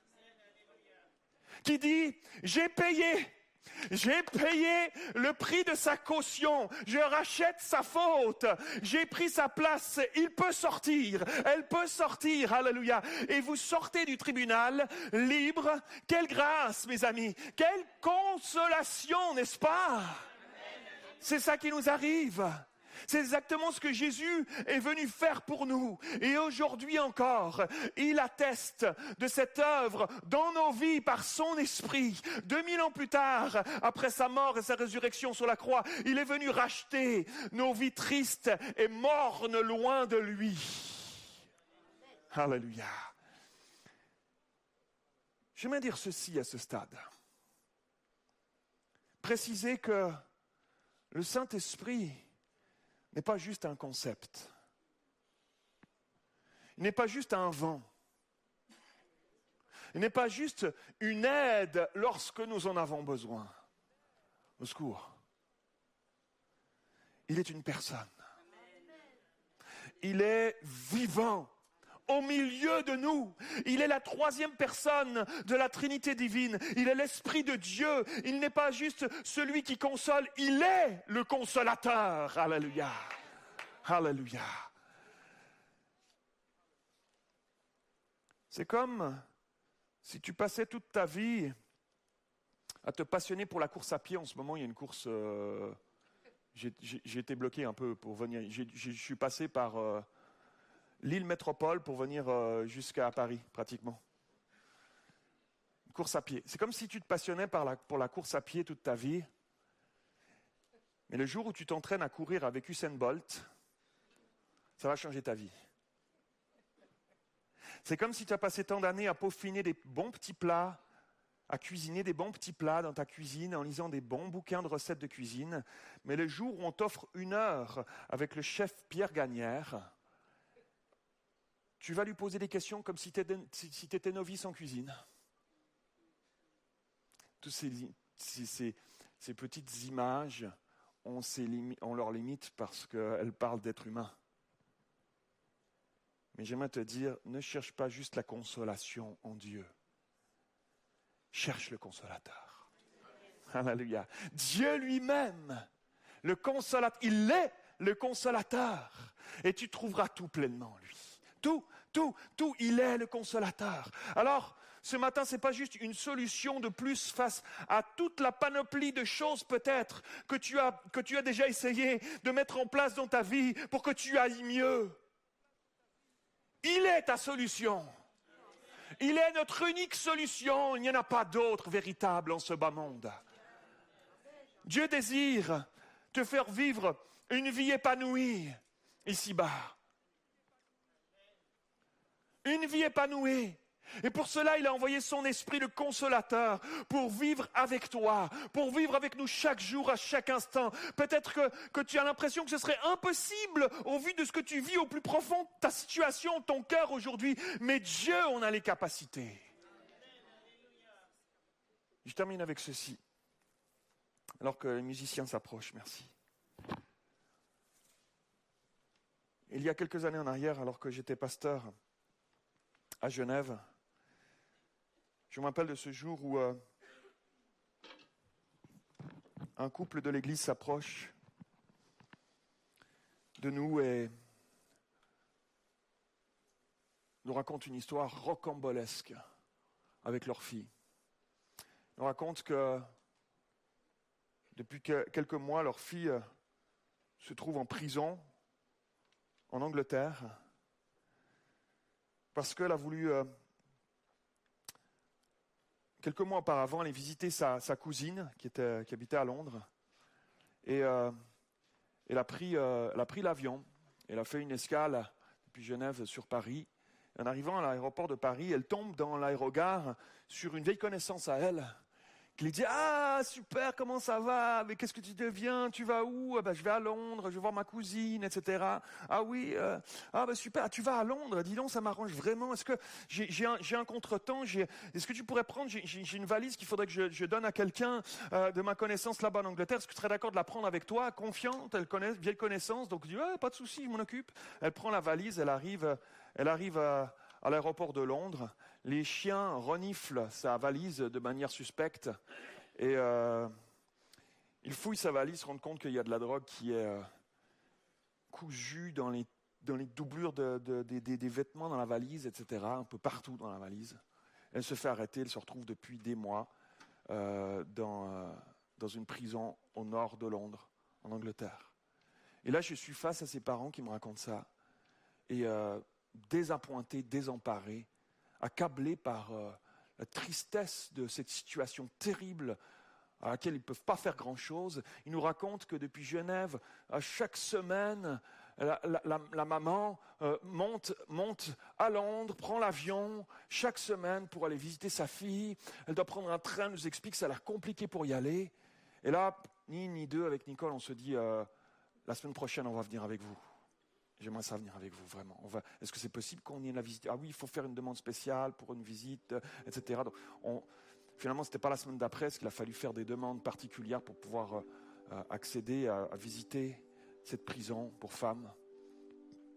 Qui dit, j'ai payé le prix de sa caution, je rachète sa faute, j'ai pris sa place, il peut sortir, elle peut sortir, alléluia. Et vous sortez du tribunal libre, quelle grâce mes amis, quelle consolation, n'est-ce pas? C'est ça qui nous arrive. C'est exactement ce que Jésus est venu faire pour nous. Et aujourd'hui encore, il atteste de cette œuvre dans nos vies par son esprit. 2000 ans plus tard, après sa mort et sa résurrection sur la croix, il est venu racheter nos vies tristes et mornes loin de lui. Alléluia. J'aimerais dire ceci à ce stade. Préciser que le Saint-Esprit n'est pas juste un concept. Il n'est pas juste un vent. Il n'est pas juste une aide lorsque nous en avons besoin. Au secours. Il est une personne. il est vivant au milieu de nous. Il est la troisième personne de la Trinité divine. Il est l'Esprit de Dieu. Il n'est pas juste celui qui console, il est le consolateur. Alléluia. Alléluia. C'est comme si tu passais toute ta vie à te passionner pour la course à pied. En ce moment, il y a une course... J'ai été bloqué un peu pour venir. Je suis passé par l'île métropole pour venir jusqu'à Paris, pratiquement. Une course à pied. C'est comme si tu te passionnais pour la course à pied toute ta vie. Mais le jour où tu t'entraînes à courir avec Usain Bolt, ça va changer ta vie. C'est comme si tu as passé tant d'années à peaufiner des bons petits plats, à cuisiner des bons petits plats dans ta cuisine, en lisant des bons bouquins de recettes de cuisine. Mais le jour où on t'offre 1 heure avec le chef Pierre Gagnère, tu vas lui poser des questions comme si tu étais novice en cuisine. Toutes ces petites images ont leurs limites parce qu'elles parlent d'êtres humains. Mais j'aimerais te dire, ne cherche pas juste la consolation en Dieu. Cherche le consolateur. Alléluia. Dieu lui-même, le consolateur, il est le consolateur. Et tu trouveras tout pleinement, lui. Tout, il est le consolateur. Alors, ce matin, ce n'est pas juste une solution de plus face à toute la panoplie de choses peut-être que tu as déjà essayé de mettre en place dans ta vie pour que tu ailles mieux. Il est ta solution. Il est notre unique solution. Il n'y en a pas d'autre véritable en ce bas monde. Dieu désire te faire vivre une vie épanouie ici-bas. Une vie épanouie. Et pour cela, il a envoyé son esprit, le consolateur, pour vivre avec toi, pour vivre avec nous chaque jour, à chaque instant. Peut-être que tu as l'impression que ce serait impossible au vu de ce que tu vis au plus profond de ta situation, ton cœur aujourd'hui. Mais Dieu en a les capacités. Je termine avec ceci, alors que les musiciens s'approchent. Merci. Il y a quelques années en arrière, alors que j'étais pasteur à Genève, je me rappelle de ce jour où un couple de l'église s'approche de nous et nous raconte une histoire rocambolesque avec leur fille. Ils nous racontent que depuis quelques mois, leur fille se trouve en prison en Angleterre parce qu'elle a voulu... Quelques mois auparavant, elle est visiter sa cousine qui habitait à Londres. Et elle a pris l'avion. Elle a fait une escale depuis Genève sur Paris. En arrivant à l'aéroport de Paris, elle tombe dans l'aérogare sur une vieille connaissance à elle, qui lui dit « Ah, super, comment ça va? Mais qu'est-ce que tu deviens? Tu vas où? Je vais à Londres, je vais voir ma cousine, etc. Ah oui, super, tu vas à Londres? Dis donc, ça m'arrange vraiment. Est-ce que j'ai un contretemps? Est-ce que tu pourrais prendre? J'ai une valise qu'il faudrait que je donne à quelqu'un de ma connaissance là-bas en Angleterre. Est-ce que tu serais d'accord de la prendre avec toi? Confiante, elle connaît, vieille connaissance. Donc, je dis pas de souci, je m'en occupe. Elle prend la valise, elle arrive à l'aéroport de Londres. Les chiens reniflent sa valise de manière suspecte et ils fouillent sa valise, se rendent compte qu'il y a de la drogue qui est cousue dans les doublures des vêtements dans la valise, etc., un peu partout dans la valise. Elle se fait arrêter, elle se retrouve depuis des mois dans une prison au nord de Londres, en Angleterre. Et là, je suis face à ces parents qui me racontent ça, et désappointés, désemparés, accablés par la tristesse de cette situation terrible à laquelle ils ne peuvent pas faire grand-chose. Ils nous racontent que depuis Genève, chaque semaine, la maman monte à Londres, prend l'avion chaque semaine pour aller visiter sa fille. Elle doit prendre un train, elle nous explique que ça a l'air compliqué pour y aller. Et là, ni deux, avec Nicole, on se dit la semaine prochaine, on va venir avec vous. J'aimerais ça venir avec vous, vraiment. Est-ce que c'est possible qu'on vienne la visiter? Ah oui, il faut faire une demande spéciale pour une visite, etc. Donc, finalement, ce n'était pas la semaine d'après, parce qu'il a fallu faire des demandes particulières pour pouvoir accéder à visiter cette prison pour femmes.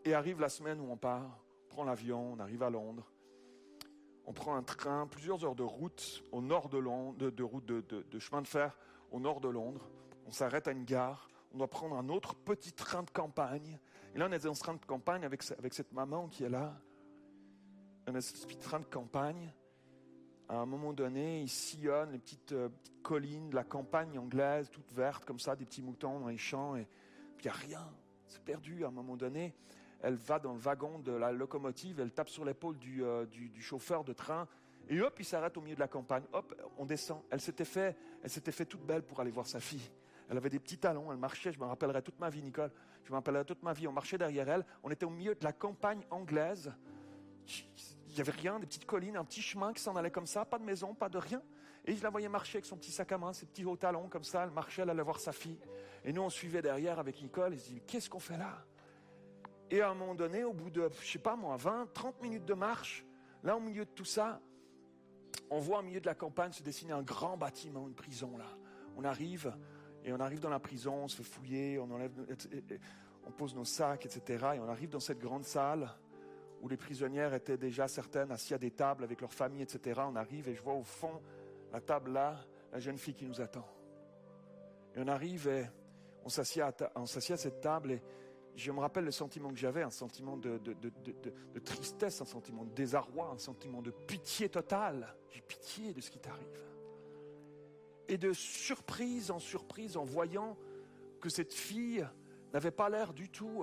Et arrive la semaine où on part, on prend l'avion, on arrive à Londres. On prend un train, plusieurs heures de route au nord de Londres, de chemin de fer au nord de Londres. On s'arrête à une gare. On doit prendre un autre petit train de campagne. Et là, on est dans ce train de campagne avec cette maman qui est là. On a ce petit train de campagne. À un moment donné, il sillonne les petites collines de la campagne anglaise, toutes vertes comme ça, des petits moutons dans les champs. Et puis il n'y a rien. C'est perdu à un moment donné. Elle va dans le wagon de la locomotive, elle tape sur l'épaule du chauffeur de train. Et hop, il s'arrête au milieu de la campagne. Hop, on descend. Elle s'était fait toute belle pour aller voir sa fille. Elle avait des petits talons, elle marchait, je me rappellerai toute ma vie, Nicole. Je me rappellerai toute ma vie, on marchait derrière elle. On était au milieu de la campagne anglaise. Il n'y avait rien, des petites collines, un petit chemin qui s'en allait comme ça, pas de maison, pas de rien. Et je la voyais marcher avec son petit sac à main, ses petits hauts talons comme ça. Elle marchait, elle allait voir sa fille. Et nous, on suivait derrière avec Nicole. Et je dis, qu'est-ce qu'on fait là? Et à un moment donné, au bout de, 20, 30 minutes de marche, là, au milieu de tout ça, on voit au milieu de la campagne se dessiner un grand bâtiment, une prison, là. On arrive dans la prison, on se fait fouiller, on pose nos sacs, etc. Et on arrive dans cette grande salle où les prisonnières étaient déjà certaines assises à des tables avec leurs familles, etc. On arrive et je vois au fond, la table là, la jeune fille qui nous attend. Et on arrive et on s'assied à cette table et je me rappelle le sentiment que j'avais, un sentiment de tristesse, un sentiment de désarroi, un sentiment de pitié totale. J'ai pitié de ce qui t'arrive. Et de surprise en voyant que cette fille n'avait pas l'air du tout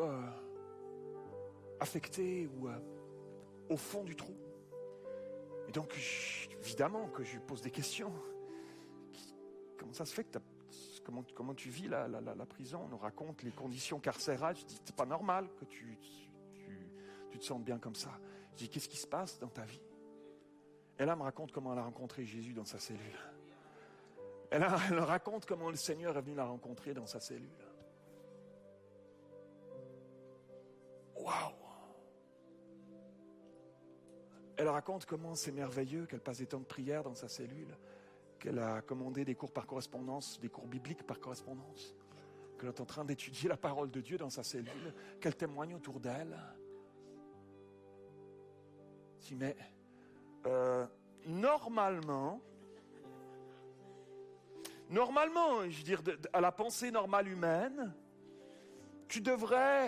affectée ou au fond du trou. Et donc, évidemment que je lui pose des questions. Comment ça se fait que comment tu vis la prison? On nous raconte les conditions carcérales. Je dis, c'est pas normal que tu te sentes bien comme ça. Je dis, qu'est-ce qui se passe dans ta vie? Elle me raconte comment elle a rencontré Jésus dans sa cellule. Elle raconte comment le Seigneur est venu la rencontrer dans sa cellule. Waouh! Elle raconte comment c'est merveilleux qu'elle passe des temps de prière dans sa cellule, qu'elle a commandé des cours par correspondance, des cours bibliques par correspondance, qu'elle est en train d'étudier la parole de Dieu dans sa cellule, qu'elle témoigne autour d'elle. Je dis, mais normalement, je veux dire, à la pensée normale humaine, tu devrais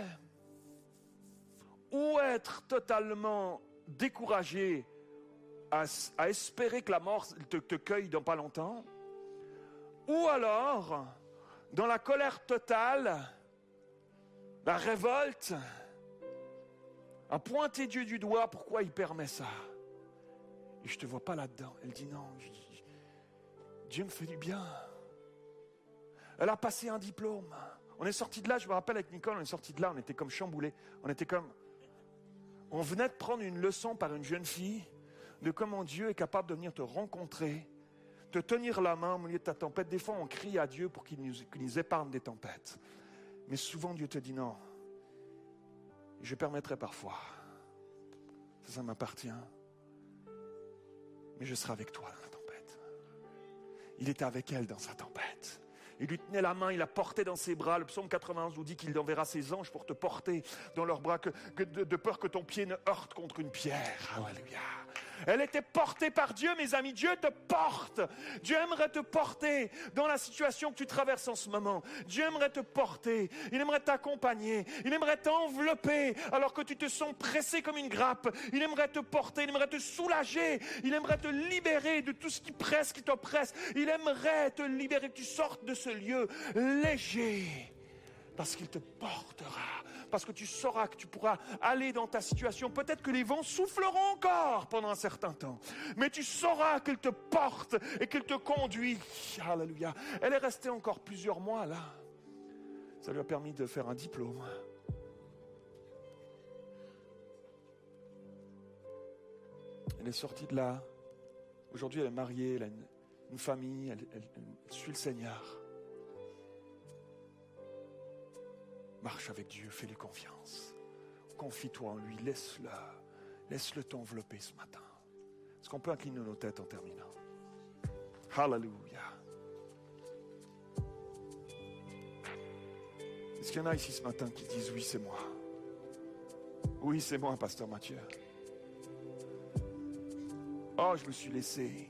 ou être totalement découragé à espérer que la mort te cueille dans pas longtemps, ou alors, dans la colère totale, la révolte, à pointer Dieu du doigt, pourquoi il permet ça? Et je ne te vois pas là-dedans. Elle dit non, Dieu me fait du bien. Elle a passé un diplôme. On est sorti de là, je me rappelle avec Nicole, on est sorti de là, on était comme chamboulés. On venait de prendre une leçon par une jeune fille de comment Dieu est capable de venir te rencontrer, te tenir la main au milieu de ta tempête. Des fois, on crie à Dieu pour qu'il nous épargne des tempêtes. Mais souvent, Dieu te dit non. Je permettrai parfois. Ça m'appartient. Mais je serai avec toi dans la tempête. Il était avec elle dans sa tempête. Il lui tenait la main, il la portait dans ses bras. Le psaume 91 nous dit qu'il enverra ses anges pour te porter dans leurs bras, de peur que ton pied ne heurte contre une pierre. Alléluia. Elle était portée par Dieu, mes amis. Dieu te porte. Dieu aimerait te porter dans la situation que tu traverses en ce moment. Dieu aimerait te porter. Il aimerait t'accompagner. Il aimerait t'envelopper alors que tu te sens pressé comme une grappe. Il aimerait te porter. Il aimerait te soulager. Il aimerait te libérer de tout ce qui presse, qui t'oppresse. Il aimerait te libérer, que tu sortes de ce lieu léger. Parce qu'il te portera, parce que tu sauras que tu pourras aller dans ta situation. Peut-être que les vents souffleront encore pendant un certain temps, mais tu sauras qu'il te porte et qu'il te conduit. Alléluia. Elle est restée encore plusieurs mois là. Ça lui a permis de faire un diplôme. Elle est sortie de là. Aujourd'hui, elle est mariée, elle a une famille, elle suit le Seigneur. Marche avec Dieu, fais-lui confiance. Confie-toi en lui, laisse-le t'envelopper ce matin. Est-ce qu'on peut incliner nos têtes en terminant? Alléluia. Est-ce qu'il y en a ici ce matin qui disent oui, c'est moi? Oui, c'est moi, pasteur Mathieu. Oh, je me suis laissé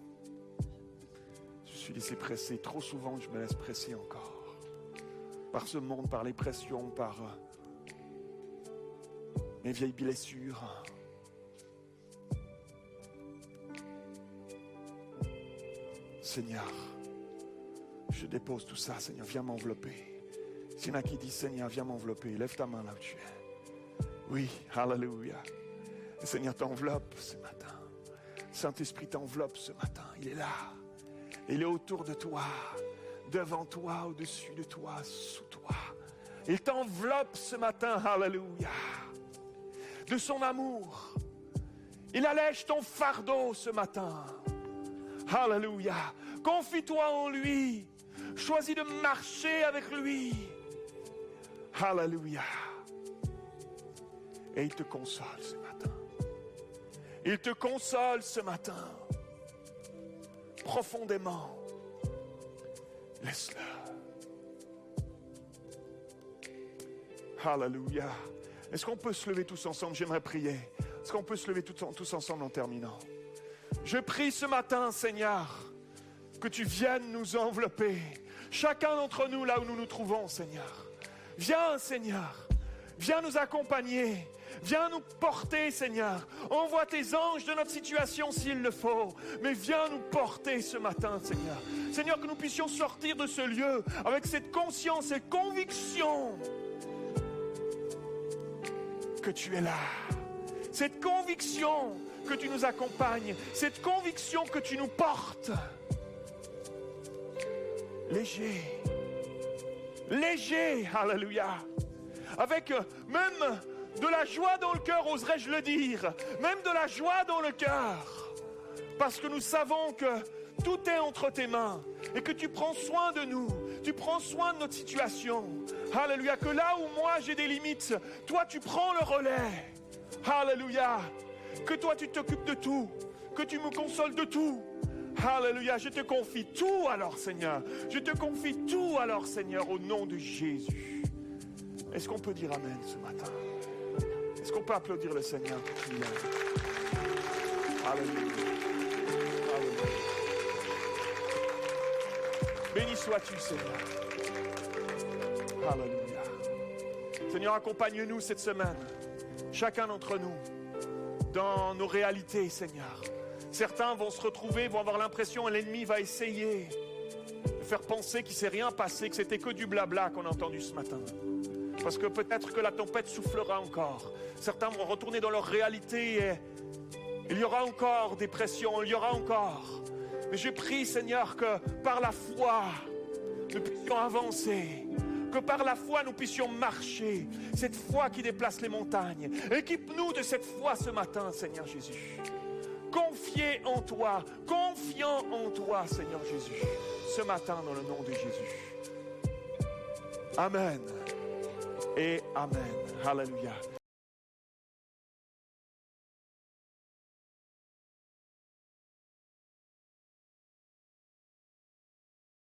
presser. Trop souvent, je me laisse presser encore. Par ce monde, par les pressions, par mes vieilles blessures. Seigneur, je dépose tout ça. Seigneur, viens m'envelopper. S'il y en a qui disent, Seigneur, viens m'envelopper, lève ta main là où tu es. Oui, alléluia. Le Seigneur t'enveloppe ce matin. Saint-Esprit t'enveloppe ce matin. Il est là. Il est autour de toi, devant toi, au-dessus de toi, sous toi. Il t'enveloppe ce matin, alléluia, de son amour. Il allège ton fardeau ce matin. Alléluia. Confie-toi en lui. Choisis de marcher avec lui. Alléluia. Et il te console ce matin. Il te console ce matin. Profondément. Laisse-le. Alléluia. Est-ce qu'on peut se lever tous ensemble? J'aimerais prier. Est-ce qu'on peut se lever tous ensemble en terminant? Je prie ce matin, Seigneur, que tu viennes nous envelopper. Chacun d'entre nous, là où nous nous trouvons, Seigneur. Viens, Seigneur. Viens nous accompagner. Viens nous porter, Seigneur. Envoie tes anges de notre situation s'il le faut. Mais viens nous porter ce matin, Seigneur. Seigneur, que nous puissions sortir de ce lieu avec cette conscience et conviction que tu es là. Cette conviction que tu nous accompagnes. Cette conviction que tu nous portes. Léger. Léger, alléluia. Avec même de la joie dans le cœur, oserais-je le dire. Même de la joie dans le cœur. Parce que nous savons que tout est entre tes mains. Et que tu prends soin de nous. Tu prends soin de notre situation. Alléluia. Que là où moi j'ai des limites, toi tu prends le relais. Alléluia. Que toi tu t'occupes de tout. Que tu me consoles de tout. Alléluia. Je te confie tout alors, Seigneur. Je te confie tout alors, Seigneur, au nom de Jésus. Est-ce qu'on peut dire Amen ce matin? Est-ce qu'on peut applaudir le Seigneur pour qui il est? Alléluia. Alléluia. Béni sois-tu, Seigneur. Alléluia. Seigneur, accompagne-nous cette semaine. Chacun d'entre nous. Dans nos réalités, Seigneur. Certains vont se retrouver, vont avoir l'impression que l'ennemi va essayer de faire penser qu'il ne s'est rien passé, que c'était que du blabla qu'on a entendu ce matin. Parce que peut-être que la tempête soufflera encore. Certains vont retourner dans leur réalité et il y aura encore des pressions, il y aura encore. Mais je prie, Seigneur, que par la foi, nous puissions avancer. Que par la foi, nous puissions marcher. Cette foi qui déplace les montagnes. Équipe-nous de cette foi ce matin, Seigneur Jésus. Confiez en toi, confiant en toi, Seigneur Jésus. Ce matin, dans le nom de Jésus. Amen. Et Amen. Alléluia.